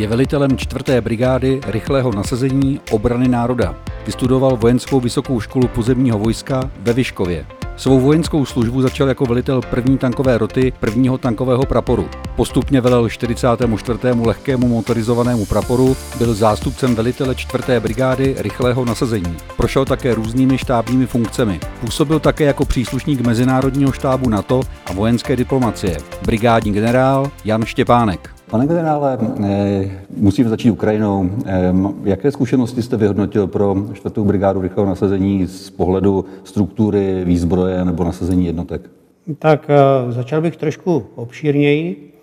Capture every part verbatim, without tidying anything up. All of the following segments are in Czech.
Je velitelem čtvrté brigády rychlého nasazení obrany národa. Vystudoval vojenskou vysokou školu pozemního vojska ve Vyškově. Svou vojenskou službu začal jako velitel první tankové roty prvního tankového praporu. Postupně velel čtyřicátému čtvrtému lehkému motorizovanému praporu, byl zástupcem velitele čtvrté brigády rychlého nasazení. Prošel také různými štábními funkcemi. Působil také jako příslušník Mezinárodního štábu NATO a vojenské diplomacie. Brigádní generál Jan Štěpánek. Pane generále, musíme začít Ukrajinou. Jaké zkušenosti jste vyhodnotil pro čtvrtou brigádu rychlého nasazení z pohledu struktury, výzbroje nebo nasazení jednotek? Tak začal bych trošku obšírněji.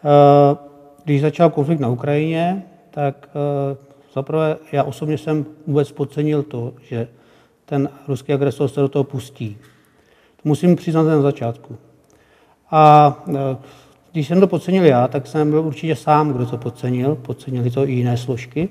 Když začal konflikt na Ukrajině, tak zaprvé já osobně jsem vůbec podcenil to, že ten ruský agresor se do toho pustí. To musím přiznat na začátku. A když jsem to podcenil já, tak jsem byl určitě sám, kdo to podcenil. Podcenili to i jiné složky.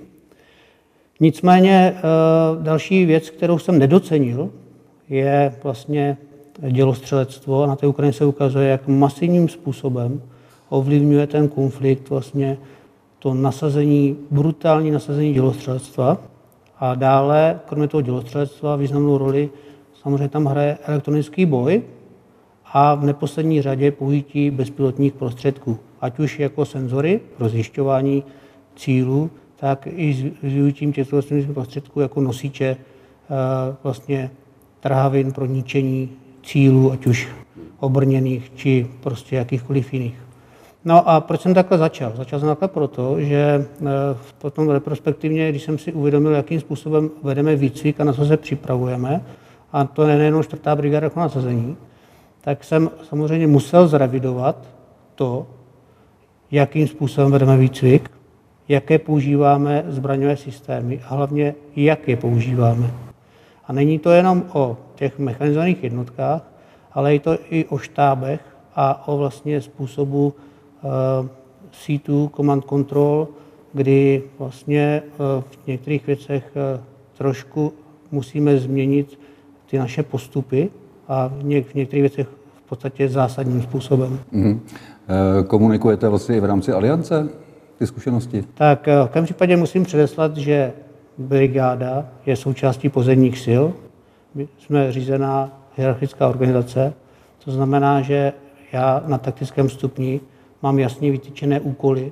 Nicméně další věc, kterou jsem nedocenil, je vlastně dělostřelectvo. A na té Ukrajině se ukazuje, jak masivním způsobem ovlivňuje ten konflikt vlastně to nasazení, brutální nasazení dělostřelectva. A dále, kromě toho dělostřelectva, významnou roli samozřejmě tam hraje elektronický boj, a v neposlední řadě použití bezpilotních prostředků, ať už jako senzory pro zjišťování cílů, tak i s využitím těchto prostředků jako nosiče vlastně trhavin pro ničení cílů, ať už obrněných, či prostě jakýchkoliv jiných. No a proč jsem takhle začal? Začal jsem takhle proto, že potom retrospektivně, když jsem si uvědomil, jakým způsobem vedeme výcvik a na co se připravujeme, a to je nejenom čtvrtá brigáda rychlého nasazení, tak jsem samozřejmě musel zrevidovat to, jakým způsobem vedeme výcvik, jaké používáme zbraňové systémy a hlavně, jak je používáme. A není to jenom o těch mechanizovaných jednotkách, ale je to i o štábech a o vlastně způsobu uh, C dva, command control, kdy vlastně uh, v některých věcech uh, trošku musíme změnit ty naše postupy, a v, něk- v některých věcech v podstatě zásadním způsobem. Mm-hmm. Komunikujete vlastně i v rámci aliance ty zkušenosti? Tak v každém případě musím předeslat, že brigáda je součástí pozemních sil. My jsme řízená hierarchická organizace, to znamená, že já na taktickém stupni mám jasně vytyčené úkoly.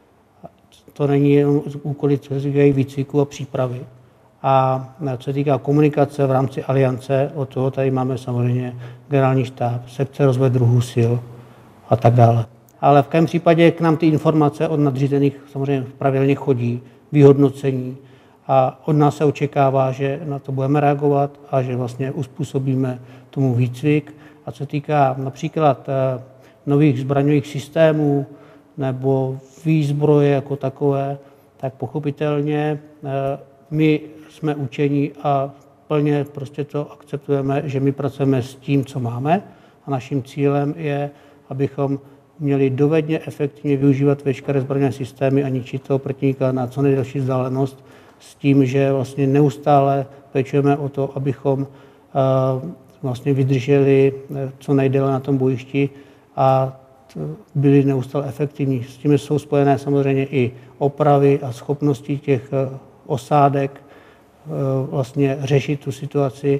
To není jenom úkoly, co se týkají výcviku a přípravy. A co se týká komunikace v rámci aliance, od toho tady máme samozřejmě generální štáb, sekce rozvoje druhů sil a tak dále. Ale v každém případě k nám ty informace od nadřízených samozřejmě pravidelně chodí, vyhodnocení, a od nás se očekává, že na to budeme reagovat a že vlastně uspůsobíme tomu výcvik. A co se týká například nových zbraňových systémů nebo výzbroje jako takové, tak pochopitelně my jsme učeni a plně prostě to akceptujeme, že my pracujeme s tím, co máme, a naším cílem je, abychom měli dovedně efektivně využívat veškeré zbraňové systémy a ničit toho protivníka na co nejdelší vzdálenost, s tím, že vlastně neustále pečujeme o to, abychom vlastně vydrželi co nejdéle na tom bojišti a byli neustále efektivní. S tím jsou spojené samozřejmě i opravy a schopnosti těch osádek vlastně řešit tu situaci,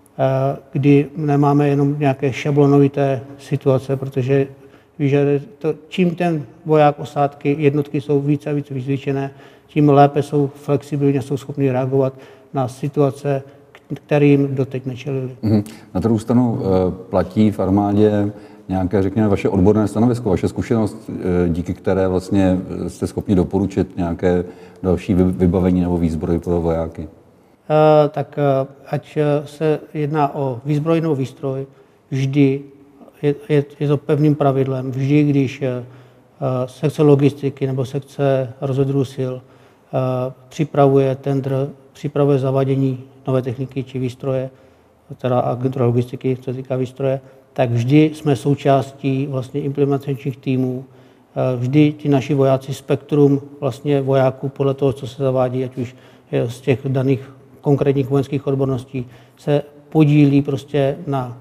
kdy nemáme jenom nějaké šablonovité situace, protože víš, že to, čím ten voják osádky, jednotky jsou více a více vycvičené, tím lépe jsou flexibilně, jsou schopni reagovat na situace, kterým doteď nečelili. Mm-hmm. Na druhou stranu platí v armádě nějaké, řekněme, vaše odborné stanovisko, vaše zkušenost, díky které vlastně jste schopni doporučit nějaké další vybavení nebo výzbroj pro vojáky? Tak ať se jedná o výzbroj nebo výstroj, vždy je, je, je to pevným pravidlem, vždy, když sekce logistiky nebo sekce rozvoje sil připravuje tendr, připravuje zavádění nové techniky či výstroje, teda agentura logistiky, co se týká výstroje, tak vždy jsme součástí vlastně implementačních týmů. Vždy ti naši vojáci, spektrum vlastně vojáků podle toho, co se zavádí, ať už z těch daných konkrétních vojenských odborností, se podílí prostě na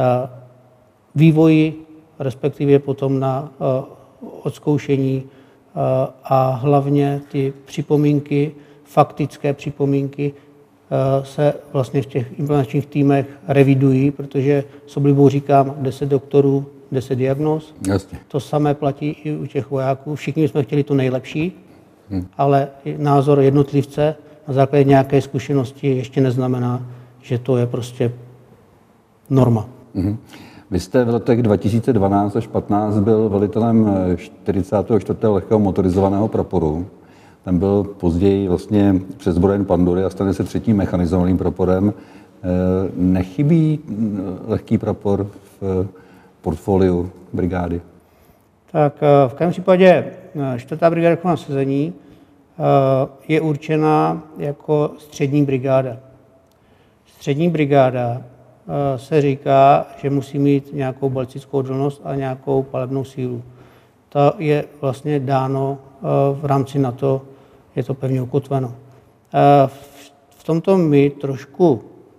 vývoji, respektive potom na odzkoušení a hlavně ty připomínky, faktické připomínky se vlastně v těch implementačních týmech revidují, protože s oblibou říkám deset doktorů, deset diagnóz. Jasně. To samé platí i u těch vojáků. Všichni jsme chtěli to nejlepší, hmm. ale názor jednotlivce na základě nějaké zkušenosti ještě neznamená, že to je prostě norma. Hmm. Vy jste v letech dva tisíce dvanáct až patnáct byl velitelem čtyřicátého čtvrtého lehkého motorizovaného praporu. Ten byl později vlastně přezbrojen Pandury a stane se třetím mechanizovaným praporem. Nechybí lehký prapor v portfoliu brigády? Tak v každém případě čtvrtá brigáda rychlého nasazení je určena jako střední brigáda. Střední brigáda se říká, že musí mít nějakou balistickou odolnost a nějakou palebnou sílu. To je vlastně dáno v rámci NATO, je to pevně ukotveno. V tomto my trošku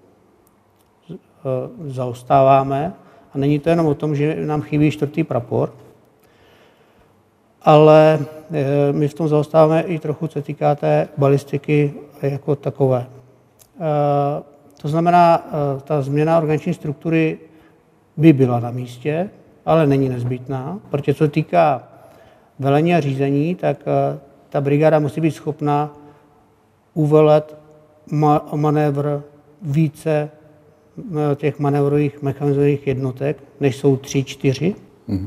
zaostáváme a není to jenom o tom, že nám chybí čtvrtý prapor, ale my v tom zaostáváme i trochu, co týká té balistiky jako takové. To znamená, ta změna organizační struktury by byla na místě, ale není nezbytná, protože co týká velení a řízení, tak ta brigáda musí být schopna uvelet ma- manévr více těch manévrových mechanizovaných jednotek, než jsou tři, čtyři. Mm-hmm.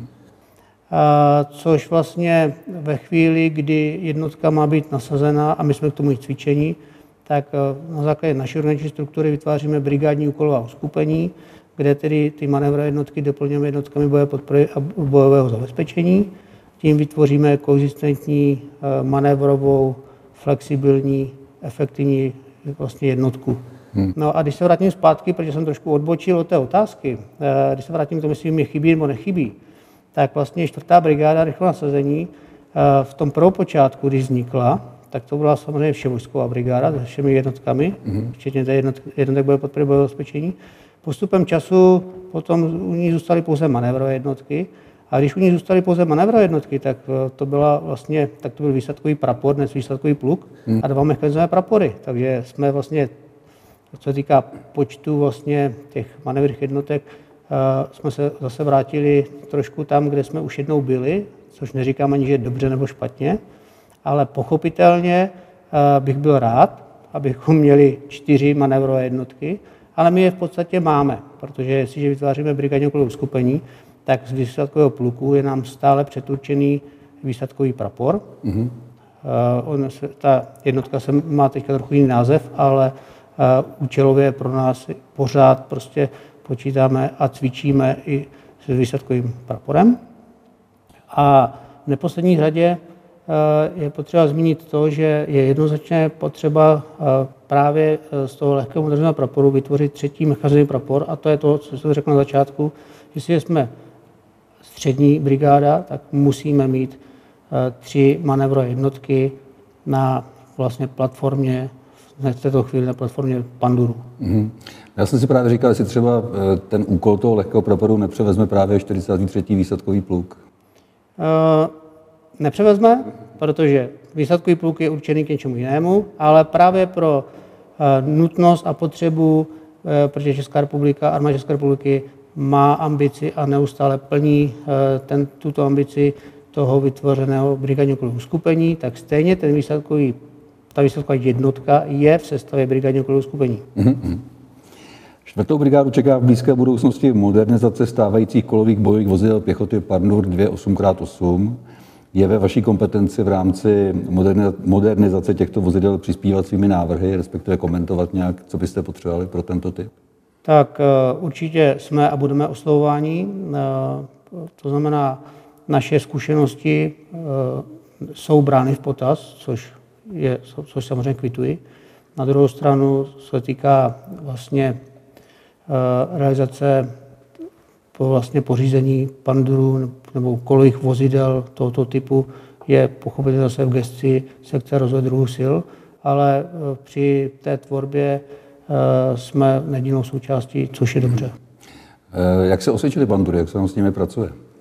A což vlastně ve chvíli, kdy jednotka má být nasazena a my jsme k tomu i cvičení, tak na základě naší organizační struktury vytváříme brigádní úkolová uskupení, kde tedy ty manévrové jednotky doplňujeme jednotkami boje podpory a bojového zabezpečení. Tím vytvoříme konzistentní manévrovou, flexibilní, efektivní vlastně jednotku. Hmm. No a když se vrátím zpátky, protože jsem trošku odbočil od té otázky, když se vrátím k tomu, jestli mi chybí nebo nechybí, tak vlastně čtvrtá brigáda rychlého nasazení v tom prvopočátku, když vznikla, tak to byla samozřejmě vševojsková brigáda se všemi jednotkami, mm-hmm. včetně té jednotky, jednotek boje podpory bojového zabezpečení. Postupem času potom u ní zůstaly pouze manévrové jednotky. A když u ní zůstaly pouze manévrové jednotky, tak to byla vlastně, tak to byl výsadkový prapor, dnes výsadkový pluk mm. a dva mechanizované prapory. Takže jsme vlastně, co se týká počtu vlastně těch manévrových jednotek, uh, jsme se zase vrátili trošku tam, kde jsme už jednou byli, což neříkám ani, že je dobře nebo špatně, ale pochopitelně uh, bych byl rád, abychom měli čtyři manévrové jednotky, ale my je v podstatě máme, protože jestliže vytváříme brigádní úkolové uskupení, tak z výsadkového pluku je nám stále předurčený výsadkový prapor. Mm-hmm. Uh, on se, ta jednotka se má teďka trochu jiný název, ale uh, účelově pro nás pořád prostě počítáme a cvičíme i s výsadkovým praporem. A v neposlední řadě uh, je potřeba zmínit to, že je jednoznačně potřeba uh, právě z toho lehkého motorizovaného praporu vytvořit třetí mechanizovaný prapor, a to je to, co jsem řekl na začátku, jestli jsme střední brigáda, tak musíme mít uh, tři manévrové jednotky na vlastně platformě, v této chvíli na platformě Panduru. Mm-hmm. Já jsem si právě říkal, jestli třeba ten úkol toho lehkého praporu nepřevezme právě čtyřicátý třetí výsadkový pluk. Uh, nepřevezme, protože výsadkový pluk je určený k něčemu jinému, ale právě pro uh, nutnost a potřebu, uh, protože Česká republika, armáda České republiky má ambici a neustále plní ten, tuto ambici toho vytvořeného brigádního úkolového uskupení, tak stejně ten výsadkový, ta výsadková jednotka je v sestavě brigádního úkolového uskupení. Mm-hmm. Čtvrtou brigádu čeká v blízké budoucnosti modernizace stávajících kolových bojových vozidel pěchoty Pandur dva osm krát osm. Je ve vaší kompetenci v rámci modernizace těchto vozidel přispívat svými návrhy, respektive komentovat nějak, co byste potřebovali pro tento typ? Tak určitě jsme a budeme oslovováni. To znamená, naše zkušenosti jsou brány v potaz, což, je, což samozřejmě kvituji. Na druhou stranu se týká vlastně realizace po vlastně pořízení Pandurů nebo kolových vozidel tohoto typu je pochopitelně zase v gesci sekce rozvoje druhů sil, ale při té tvorbě jsme nedílnou součástí, což je dobře. Jak se osvědčily Pandury, jak se vám s nimi pracuje?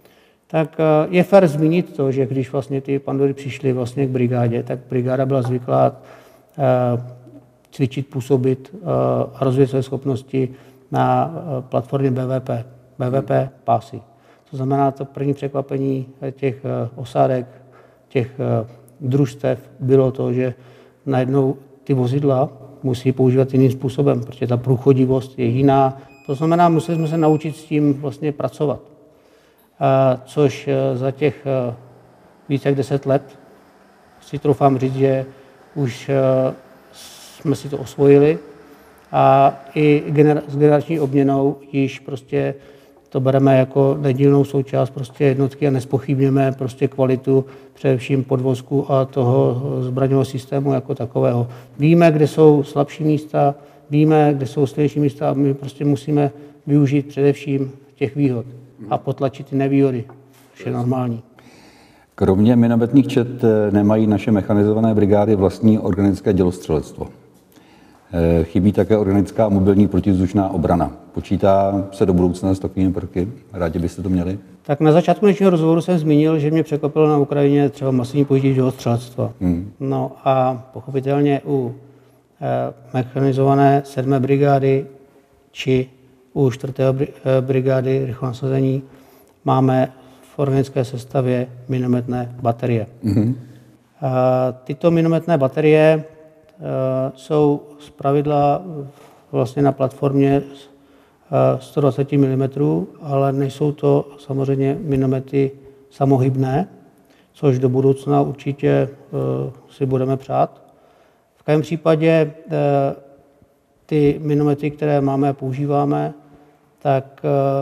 tak je fér zmínit to, že když vlastně ty pandury přišly vlastně k brigádě, tak brigáda byla zvyklá cvičit, působit a rozvíjet své schopnosti na platformě B V P, B V P pásy. To znamená, to první překvapení těch osádek, těch družstev bylo to, že najednou ty vozidla musí používat jiným způsobem, protože ta průchodivost je jiná. To znamená, museli jsme se naučit s tím vlastně pracovat. A což za těch více jak deset let si troufám říct, že už jsme si to osvojili a i gener- s generační obměnou již prostě to bereme jako nedílnou součást prostě jednotky a nespochybněme prostě kvalitu především podvozku a toho zbraňového systému jako takového. Víme, kde jsou slabší místa, víme, kde jsou silnější místa a my prostě musíme využít především těch výhod a potlačit ty nevýhody, což je normální. Kromě minometných čet nemají naše mechanizované brigády vlastní organické dělostřelectvo. Chybí také organická mobilní protivzdušná obrana. Počítá se do budoucna s takovými prvky? Rádi byste to měli? Tak na začátku dnešního rozhovoru jsem zmínil, že mě překvapilo na Ukrajině třeba masivní použití dělostřelectva. Hmm. No a pochopitelně u eh, mechanizované sedmé brigády či u čtvrté brigády rychlého nasazení máme v organické sestavě minometné baterie. Hmm. A tyto minometné baterie jsou zpravidla vlastně na platformě sto dvacet milimetrů, ale nejsou to samozřejmě minomety samohybné, což do budoucna určitě si budeme přát. V každém případě ty minomety, které máme a používáme, tak,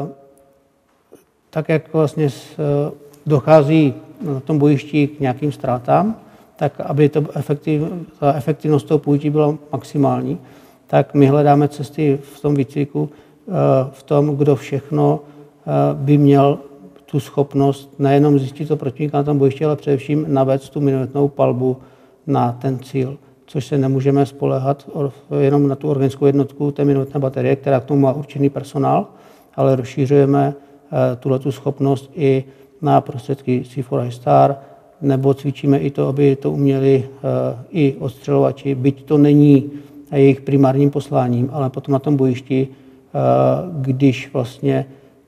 tak jak vlastně dochází na tom bojišti k nějakým ztrátám, tak aby to efektiv, ta efektivnost toho použití byla maximální, tak my hledáme cesty v tom výcviku, v tom, kdo všechno by měl tu schopnost nejenom zjistit to protivníka na tom bojišti, ale především navést tu minometnou palbu na ten cíl, což se nemůžeme spoléhat jenom na tu organickou jednotku té minometné baterie, která k tomu má určený personál, ale rozšířujeme tuhletu schopnost i na prostředky C čtyři iStar, nebo cvičíme i to, aby to uměli uh, i odstřelovači, byť to není jejich primárním posláním, ale potom na tom bojišti, uh, když vlastně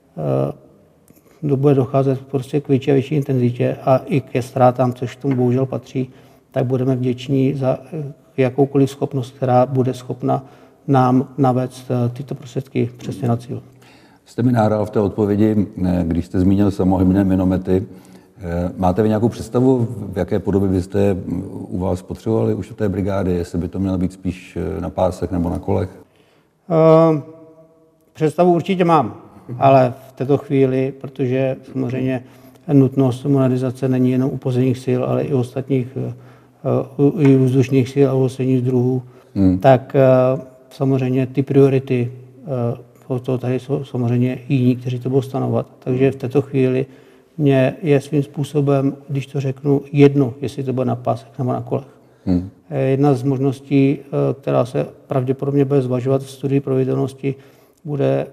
uh, bude docházet prostě k větší a větší intenzitě a i ke ztrátám, což k tomu bohužel patří, tak budeme vděční za jakoukoliv schopnost, která bude schopna nám navést uh, tyto prostředky přesně na cíl. Jste mi nahrál v té odpovědi, když jste zmínil samohybné minomety. Máte vy nějakou představu, v jaké podobě byste u vás potřebovali už v té brigády, jestli by to mělo být spíš na pásech nebo na kolech? Uh, představu určitě mám, ale v této chvíli, protože samozřejmě nutnost modernizace není jenom u pozemních sil, ale i u ostatních, uh, i u vzdušných sil a u ostatních druhů, hmm. tak uh, samozřejmě ty priority, uh, to tady jsou samozřejmě jiní, kteří to budou stanovat. Takže v této chvíli mně je svým způsobem, když to řeknu, jedno, jestli to bude na pásech nebo na kolech. Hmm. Jedna z možností, která se pravděpodobně bude zvažovat v studii proveditelnosti, bude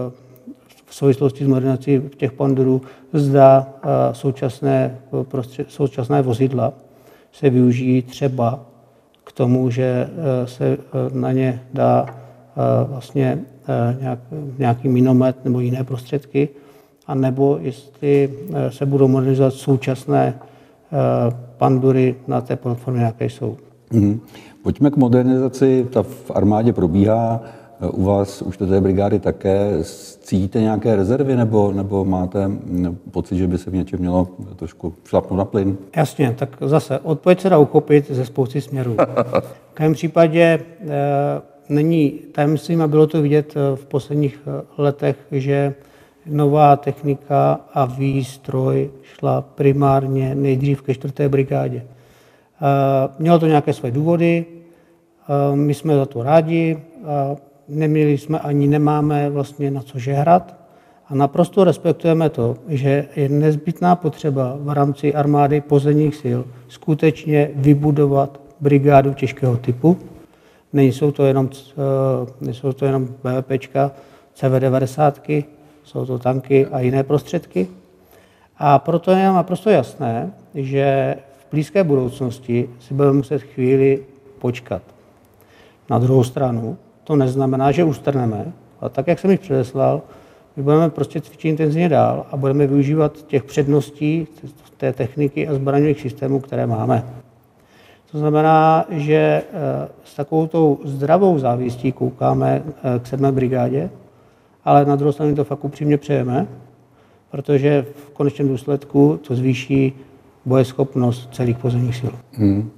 v souvislosti s modernizací těch pandurů, zda současné, současné vozidla se využijí třeba k tomu, že se na ně dá vlastně nějaký minomet nebo jiné prostředky, a nebo jestli se budou modernizovat současné pandury na té platformě, jaké jsou. Mm-hmm. Pojďme k modernizaci. Ta v armádě probíhá. U vás už do té brigády také. Cítíte nějaké rezervy nebo, nebo máte pocit, že by se v něčem mělo trošku šlapnout na plyn? Jasně, tak zase odpověď se dá uchopit ze spousty směrů. V každém případě e, není tajemstvím, a bylo to vidět v posledních letech, že nová technika a výstroj šla primárně nejdřív ke čtvrté brigádě. Mělo to nějaké své důvody, my jsme za to rádi, neměli jsme ani nemáme vlastně na co žehrat a naprosto respektujeme to, že je nezbytná potřeba v rámci armády pozemních sil skutečně vybudovat brigádu těžkého typu. Nejsou to jenom, nejsou to jenom BVPčka, C V devadesát, jsou to tanky a jiné prostředky. A proto je naprosto jasné, že v blízké budoucnosti si budeme muset chvíli počkat. Na druhou stranu to neznamená, že ustrneme. A tak, jak jsem již předeslal, my budeme prostě cvičit intenzivně dál a budeme využívat těch předností té techniky a zbraňových systémů, které máme. To znamená, že s takovou tou zdravou závistí koukáme k sedmé brigádě, ale na druhou stranu to fakt upřímně přejeme, protože v konečném důsledku to zvýší bojeschopnost celých pozemních sil. Hmm.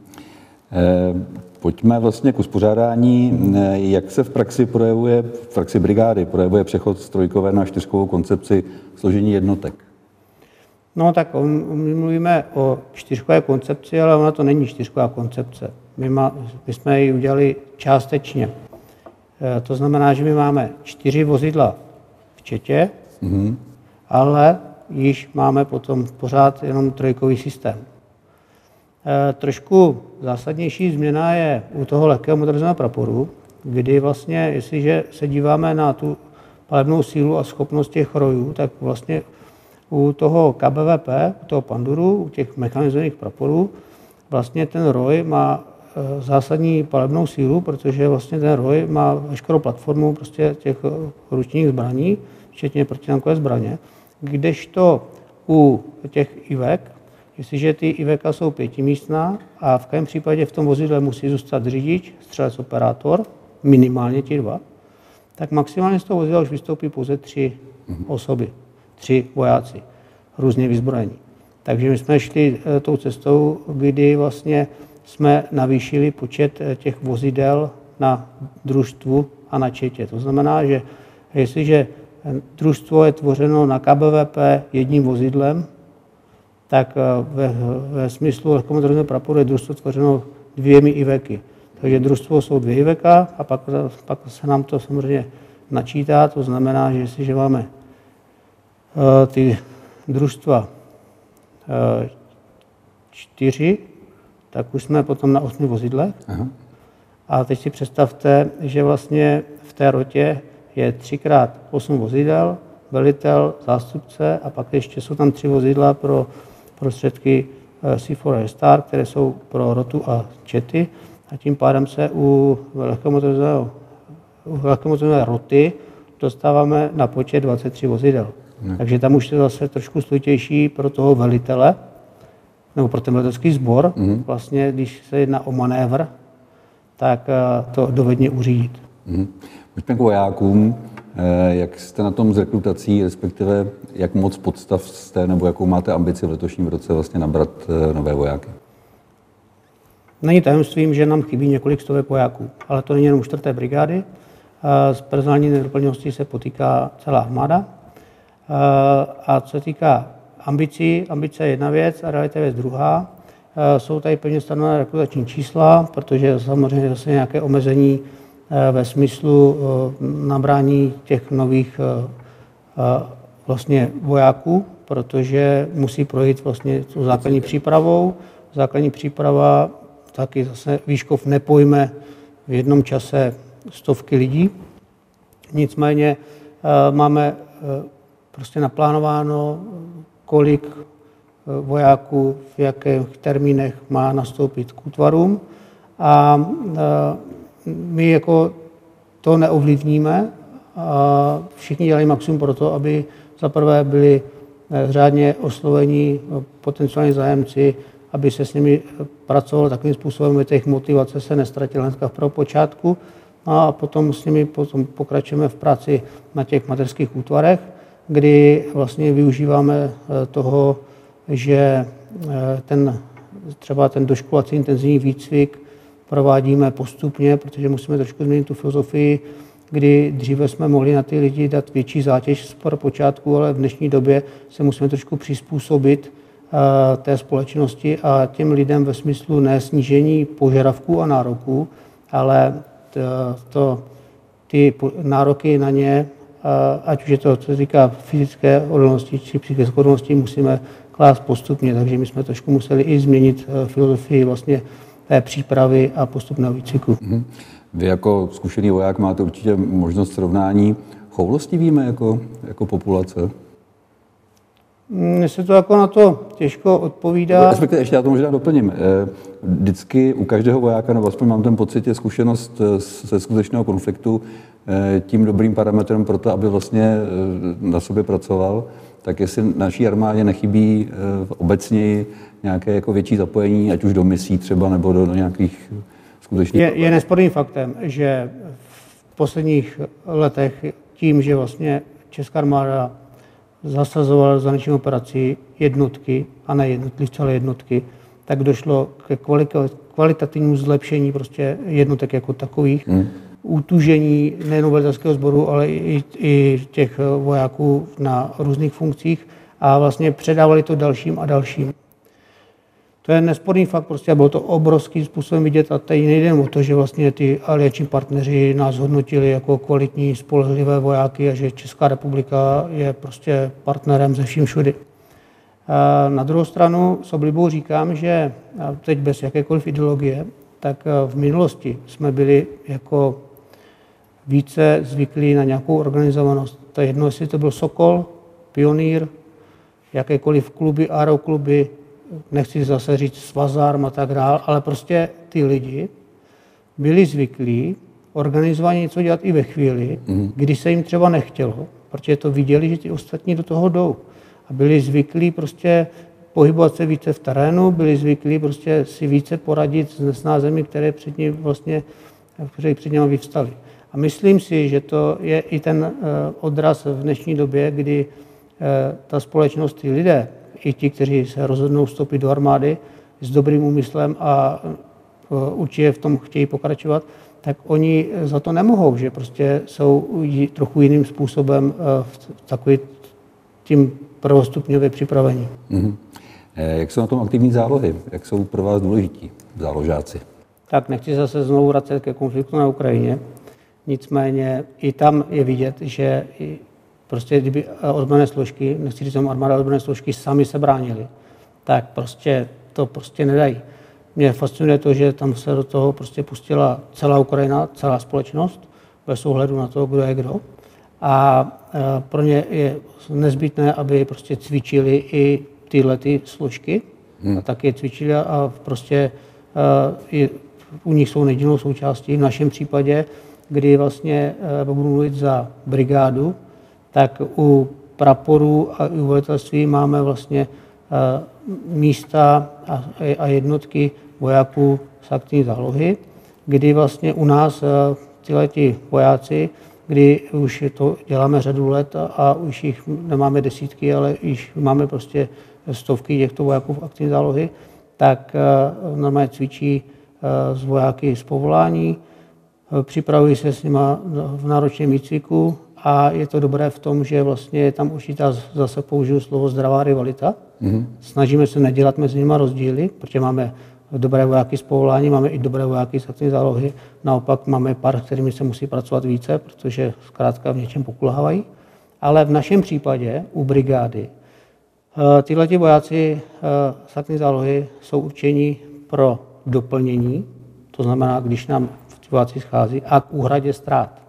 E, pojďme vlastně k uspořádání. Jak se v praxi projevuje, v praxi brigády projevuje přechod z trojkové na čtyřkovou koncepci složení jednotek? No tak my mluvíme o čtyřkové koncepci, ale ona to není čtyřková koncepce. My, má, my jsme ji udělali částečně. E, to znamená, že my máme čtyři vozidla v četě, mm-hmm. ale již máme potom pořád jenom trojkový systém. E, trošku zásadnější změna je u toho lehkého motorizovaného praporu, kdy vlastně, jestliže se díváme na tu palebnou sílu a schopnost těch rojů, tak vlastně u toho K B V P, u toho Panduru, u těch mechanizovaných praporů, vlastně ten roj má e, zásadní palebnou sílu, protože vlastně ten roj má veškerou platformu prostě těch ručních zbraní, včetně protitankové zbraně, kdežto u těch ivek, jestliže ty iveka jsou pětimístná a v každém případě v tom vozidle musí zůstat řidič, střelec, operátor, minimálně ti dva, tak maximálně z toho vozidla už vystoupí pouze tři osoby, tři vojáci, různě vyzbrojení. Takže my jsme šli e, tou cestou, kdy vlastně jsme navýšili počet e, těch vozidel na družstvu a na četě. To znamená, že jestliže družstvo je tvořeno na K B V P jedním vozidlem, tak ve, ve smyslu lehkomotorizovaného praporu je družstvo tvořeno dvěmi iveky. Takže družstvo jsou dvě iveka a pak, pak se nám to samozřejmě načítá. To znamená, že jestliže máme uh, ty družstva uh, čtyři, tak už jsme potom na osmi vozidlech. Aha. A teď si představte, že vlastně v té rotě je tři krát osm vozidel, velitel, zástupce a pak ještě jsou tam tři vozidla pro prostředky C čtyři Star, které jsou pro rotu a čety. A tím pádem se u lehkomotorizované roty dostáváme na počet dvacet tři vozidel. Ne. Takže tam už je zase trošku složitější pro toho velitele, nebo pro ten velitelský sbor. Mm. Vlastně, když se jedná o manévr, tak to dovedně uřídit. Mm. Pojďme k vojákům. Jak jste na tom s rekrutací, respektive jak moc podstav jste, nebo jakou máte ambici v letošním roce vlastně nabrat nové vojáky? Není tajemstvím, že nám chybí několik stovek vojáků, ale to není jenom čtvrté brigády. S personální nedoplněností se potýká celá armáda. A co se týká ambicí, ambice je jedna věc a realita je věc druhá. Jsou tady pevně stanovené rekrutační čísla, protože samozřejmě zase nějaké omezení ve smyslu nabrání těch nových vlastně vojáků, protože musí projít vlastně tu základní přípravou. Základní příprava taky zase Výškov nepojme v jednom čase stovky lidí. Nicméně máme prostě naplánováno, kolik vojáků v jakých termínech má nastoupit k útvarům a my jako to neovlivníme a všichni dělají maximum pro to, aby zaprvé byli řádně oslovení potenciální zájemci, aby se s nimi pracovalo takovým způsobem, aby těch motivace se nestratila hnedka v prvopočátku a potom s nimi potom pokračujeme v práci na těch mateřských útvarech, kdy vlastně využíváme toho, že ten, třeba ten doškolací intenzivní výcvik provádíme postupně, protože musíme trošku změnit tu filozofii, kdy dříve jsme mohli na ty lidi dát větší zátěž z počátku, ale v dnešní době se musíme trošku přizpůsobit uh, té společnosti a těm lidem ve smyslu ne snížení požadavků a nároků, ale to, to, ty nároky na ně, uh, ať už je to, co se týká fyzické odolnosti či psychické odolnosti, musíme klást postupně, takže my jsme trošku museli i změnit uh, filozofii vlastně té přípravy a postupného výcviku. Mm-hmm. Vy jako zkušený voják máte určitě možnost srovnání. Choulostivíme jako, jako populace? Mně se to jako na to těžko odpovídá. Respektive ještě já to možná doplním. Vždycky u každého vojáka, nebo aspoň mám ten pocit, je zkušenost ze skutečného konfliktu tím dobrým parametrem pro to, aby vlastně na sobě pracoval. Tak jestli naší armádě nechybí obecněji nějaké jako větší zapojení, ať už do misí třeba, nebo do, do nějakých skutečných... Je, je nesporným faktem, že v posledních letech tím, že vlastně česká armáda zasazovala za zahraniční operaci jednotky, a ne jednotlivce, ale jednotky, tak došlo ke kvalitativnímu zlepšení prostě jednotek jako takových, hmm. utužení nejen velitelského sboru, ale i, i těch vojáků na různých funkcích a vlastně předávali to dalším a dalším. To je nesporný fakt, prostě bylo to obrovským způsobem vidět a tady nejde o to, že vlastně ty alianční partneři nás hodnotili jako kvalitní, spolehlivé vojáky a že Česká republika je prostě partnerem ze vším všudy. A na druhou stranu s oblibou říkám, že teď bez jakékoliv ideologie, tak v minulosti jsme byli jako více zvyklí na nějakou organizovanost. To je jedno, jestli to byl Sokol, Pionýr, jakékoliv kluby, aerokluby, nechci zase říct svazarm a tak dále, ale prostě ty lidi byli zvyklí organizovaně něco dělat i ve chvíli, mm. kdy se jim třeba nechtělo, protože to viděli, že ti ostatní do toho jdou. A byli zvyklí prostě pohybovat se více v terénu, byli zvyklí prostě si více poradit s nesnázemi, které před ním vlastně, které před němi vyvstaly. A myslím si, že to je i ten odraz v dnešní době, kdy ta společnost, ty lidé, i ti, kteří se rozhodnou vstoupit do armády s dobrým úmyslem a určitě v tom chtějí pokračovat, tak oni za to nemohou, že prostě jsou trochu jiným způsobem takový tím prvostupňově připravení. Mm-hmm. Jak jsou na tom aktivní zálohy? Jak jsou pro vás důležití záložáci? Tak nechci zase znovu vracet ke konfliktu na Ukrajině. Nicméně i tam je vidět, že prostě kdyby ozbrojené složky, nechci říct, armáda ozbrojené složky sami se bránili, tak prostě to prostě nedají. Mě fascinuje to, že tam se do toho prostě pustila celá Ukrajina, celá společnost, bez ohledu na to, kdo je kdo. A pro ně je nezbytné, aby prostě cvičili i tyhle ty složky. Hmm. A tak je cvičili a prostě je, u nich jsou nedílnou součástí. V našem případě, kdy vlastně budu mluvit za brigádu, tak u praporů a u velitelství máme vlastně místa a jednotky vojáků z aktivní zálohy, kdy vlastně u nás tyhleti vojáci, kdy už to děláme řadu let a, a už jich nemáme desítky, ale už máme prostě stovky těchto vojáků v aktivní zálohy, tak normálně cvičí s vojáky z povolání, připravují se s nima v náročném výcviku a je to dobré v tom, že vlastně je tam určitá, zase použiju slovo zdravá rivalita. Mm-hmm. Snažíme se nedělat mezi nimi rozdíly, protože máme dobré vojáky z povolání, máme i dobré vojáky z aktivní zálohy. Naopak máme pár, kterými se musí pracovat více, protože zkrátka v něčem pokulhávají. Ale v našem případě u brigády tyhle vojáci z aktivní zálohy jsou určeni pro doplnění, to znamená, když nám vojáci schází, a k úhradě ztrát.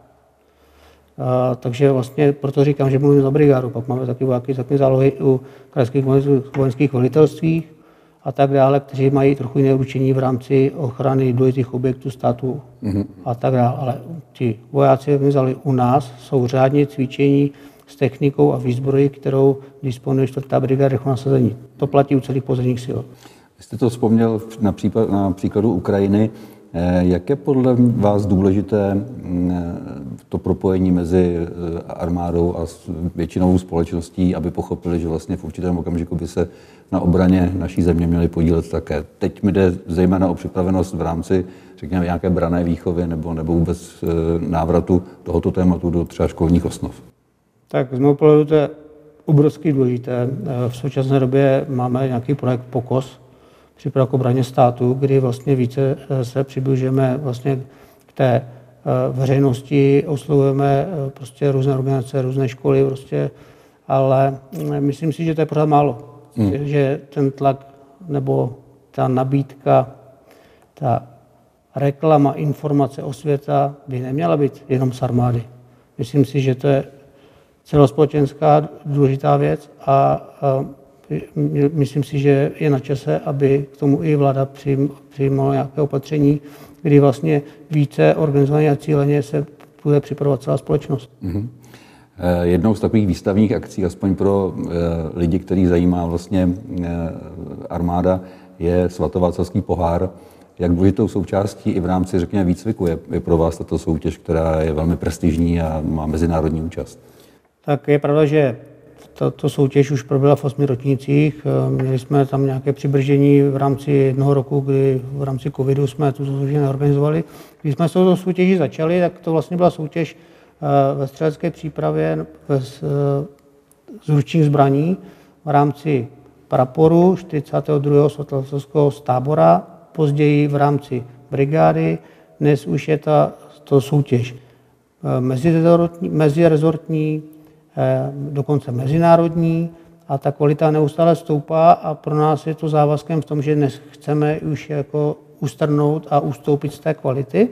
Uh, takže vlastně proto říkám, že mluvím za brigádu, pak máme taky vojáky z aktivní zálohy u krajských vojenských velitelství a tak dále, kteří mají trochu jiné určení v rámci ochrany důležitých objektů státu mm-hmm. a tak dále. Ale ti vojáci aktivní zálohy u nás jsou řádně cvičení s technikou a výzbrojí, kterou disponuje čtvrtá brigáda rychlého nasazení. To platí u celých pozemních sil. Vy jste to vzpomněl na, případ, na příkladu Ukrajiny. Jak je podle vás důležité to propojení mezi armádou a většinovou společností, aby pochopili, že vlastně v určitém okamžiku by se na obraně naší země měli podílet také? Teď mi jde zejména o připravenost v rámci, řekněme, nějaké branné výchovy nebo, nebo vůbec návratu tohoto tématu do třeba školních osnov. Tak z mého pohledu to je obrovsky důležité. V současné době máme nějaký projekt POKOS, příprava k obraně státu, kdy vlastně více se přibližujeme vlastně k té veřejnosti, oslovujeme prostě různé organizace, různé školy, prostě, ale myslím si, že to je pořád málo. Hmm. Že ten tlak nebo ta nabídka, ta reklama, informace, osvěta by neměla být jenom z armády. Myslím si, že to je celospolečenská důležitá věc a, a myslím si, že je na čase, aby k tomu i vláda přijímala nějaké opatření, kdy vlastně více organizovaně a cíleně se bude připravovat celá společnost. Mm-hmm. Jednou z takových výstavních akcí, aspoň pro lidi, který zajímá vlastně armáda, je svatováclavský pohár. Jak důležitou součástí i v rámci, řekněme, výcviku je, je pro vás tato soutěž, která je velmi prestižní a má mezinárodní účast? Tak je pravda, že tato soutěž už proběhla v osmi ročnících. Měli jsme tam nějaké přibržení v rámci jednoho roku, kdy v rámci covidu jsme tu soutěž neorganizovali. Když jsme s touto soutěží začali, tak to vlastně byla soutěž ve střelecké přípravě z ručních zbraní v rámci praporu čtyřicátého druhého svatovalcovského tábora, později v rámci brigády. Dnes už je ta to soutěž mezirezortní, mezirezortní, dokonce mezinárodní a ta kvalita neustále stoupá a pro nás je to závazkem v tom, že dnes chceme už jako ustrnout a ustoupit z té kvality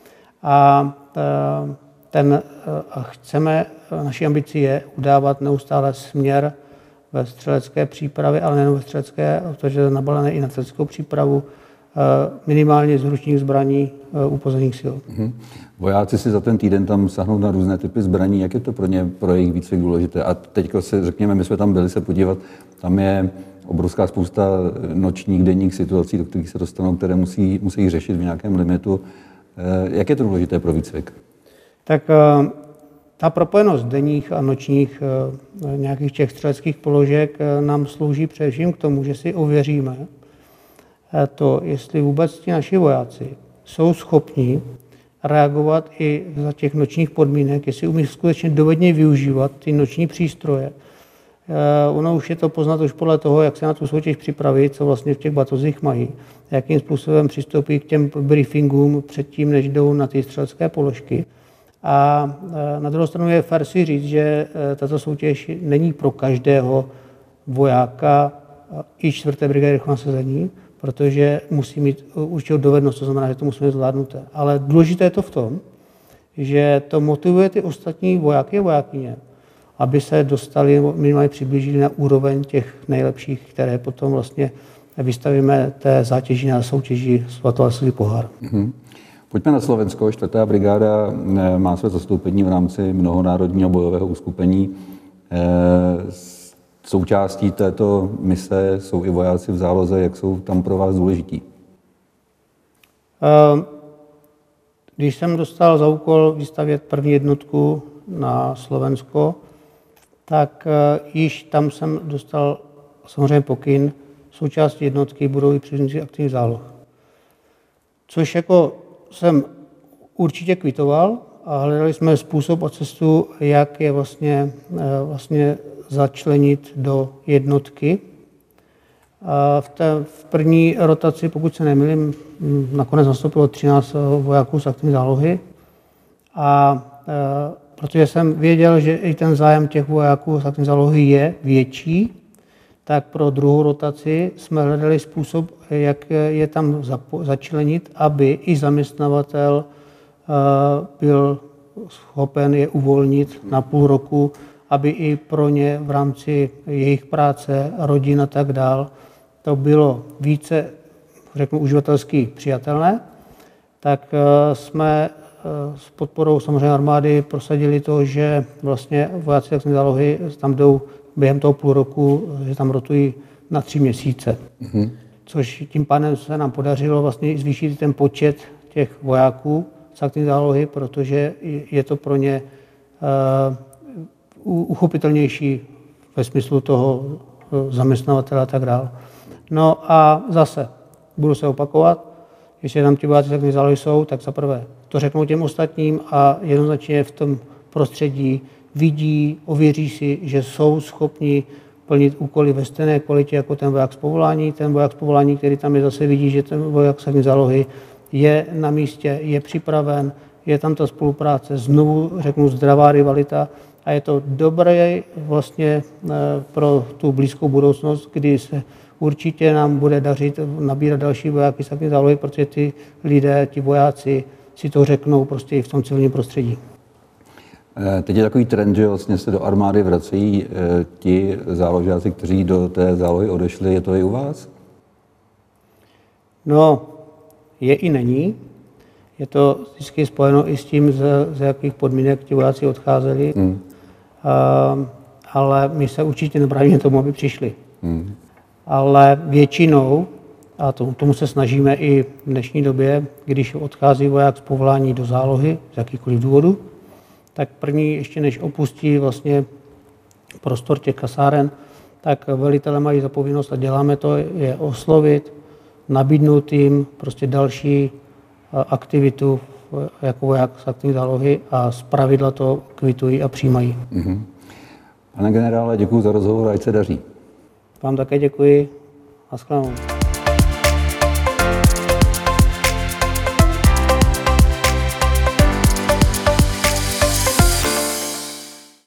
a ten a chceme, naší ambicí je udávat neustále směr ve střelecké přípravě, ale nejen ve střelecké, protože je nabalené i na střeleckou přípravu, minimálně z ručních zbraní u pozemních sil. Mm-hmm. Vojáci si za ten týden tam sahnou na různé typy zbraní. Jak je to pro ně, pro jejich výcvik důležité? A teď si řekněme, my jsme tam byli se podívat, tam je obrovská spousta nočních, denních situací, do kterých se dostanou, které musí, musí řešit v nějakém limitu. Jak je to důležité pro výcvik? Tak ta propojenost denních a nočních nějakých těch střeleckých položek nám slouží především k tomu, že si ověříme to, jestli vůbec ti naši vojáci jsou schopni reagovat i za těch nočních podmínek, jestli umí skutečně dovedně využívat ty noční přístroje. Ono už je to poznat už podle toho, jak se na tu soutěž připraví, co vlastně v těch batozích mají, jakým způsobem přistoupí k těm briefingům předtím, než jdou na ty střelecké položky. A na druhou stranu je fér si říct, že tato soutěž není pro každého vojáka i čtvrté brigády rychlého nasazení, protože musí mít určitou dovednost, to znamená, že to musí mít zvládnuté. Ale důležité je to v tom, že to motivuje ty ostatní vojáky a vojákyně, aby se dostali, minimálně přiblížili na úroveň těch nejlepších, které potom vlastně vystavíme té zátěži na soutěži svatovalcový pohár. Mm-hmm. Pojďme na Slovensko. čtvrtá brigáda má své zastoupení v rámci mnohonárodního bojového uskupení. Součástí této mise jsou i vojáci v záloze. Jak jsou tam pro vás důležití? Když jsem dostal za úkol vystavět první jednotku na Slovensko, tak již tam jsem dostal samozřejmě pokyn. Součástí jednotky budou i příslušníci aktivních záloh. Což jako jsem určitě kvitoval a hledali jsme způsob a cestu, jak je vlastně, vlastně začlenit do jednotky. A v, té, v první rotaci, pokud se nemýlím, nakonec nastoupilo třináct vojáků z aktivní zálohy. A e, protože jsem věděl, že i ten zájem těch vojáků z aktivní zálohy je větší, tak pro druhou rotaci jsme hledali způsob, jak je tam začlenit, aby i zaměstnavatel byl schopen je uvolnit na půl roku, aby i pro ně v rámci jejich práce, rodin a tak dál to bylo více, řeknu, uživatelsky přijatelné, tak jsme s podporou samozřejmě armády prosadili to, že vlastně vojáci aktivní zálohy tam jdou během toho půl roku, že tam rotují na tři měsíce. Mm-hmm. Což tím pádem se nám podařilo vlastně zvýšit ten počet těch vojáků z aktivní zálohy, protože je to pro ně uh, uchopitelnější ve smyslu toho zaměstnavatele a tak dále. No a zase, budu se opakovat, jestli tam ti vojáci z aktivní zálohy jsou, tak zaprvé to řeknou těm ostatním a jednoznačně v tom prostředí vidí, ověří si, že jsou schopni plnit úkoly ve stejné kvalitě jako ten voják z povolání. Ten voják z povolání, který tam je, zase vidí, že ten voják z aktivní zálohy je na místě, je připraven, je tam ta spolupráce, znovu řeknu zdravá rivalita a je to dobré vlastně pro tu blízkou budoucnost, kdy se určitě nám bude dařit nabírat další vojáky z aktivní zálohy, protože ty lidé, ti vojáci si to řeknou prostě i v tom civilním prostředí. Teď je takový trend, že vlastně se do armády vracejí ti záložáci, kteří do té zálohy odešli. Je to i u vás? No, je i není. Je to vždycky spojeno i s tím, z, z jakých podmínek ti vojáci odcházeli. Hmm. Uh, ale my se určitě nebráníme tomu, aby přišli. Hmm. Ale většinou, a tomu, tomu se snažíme i v dnešní době, když odchází voják z povolání do zálohy z jakýchkoliv důvodů, tak první, ještě než opustí vlastně prostor těch kasáren, tak velitelé mají zapovinnost, a děláme to, je oslovit, nabídnout jim prostě další aktivitu jako voják z aktivní zálohy a zpravidla to kvitují a přijímají. Mm-hmm. Pane generále, děkuji za rozhovor a ať se daří. Vám také děkuji. Naschledanou.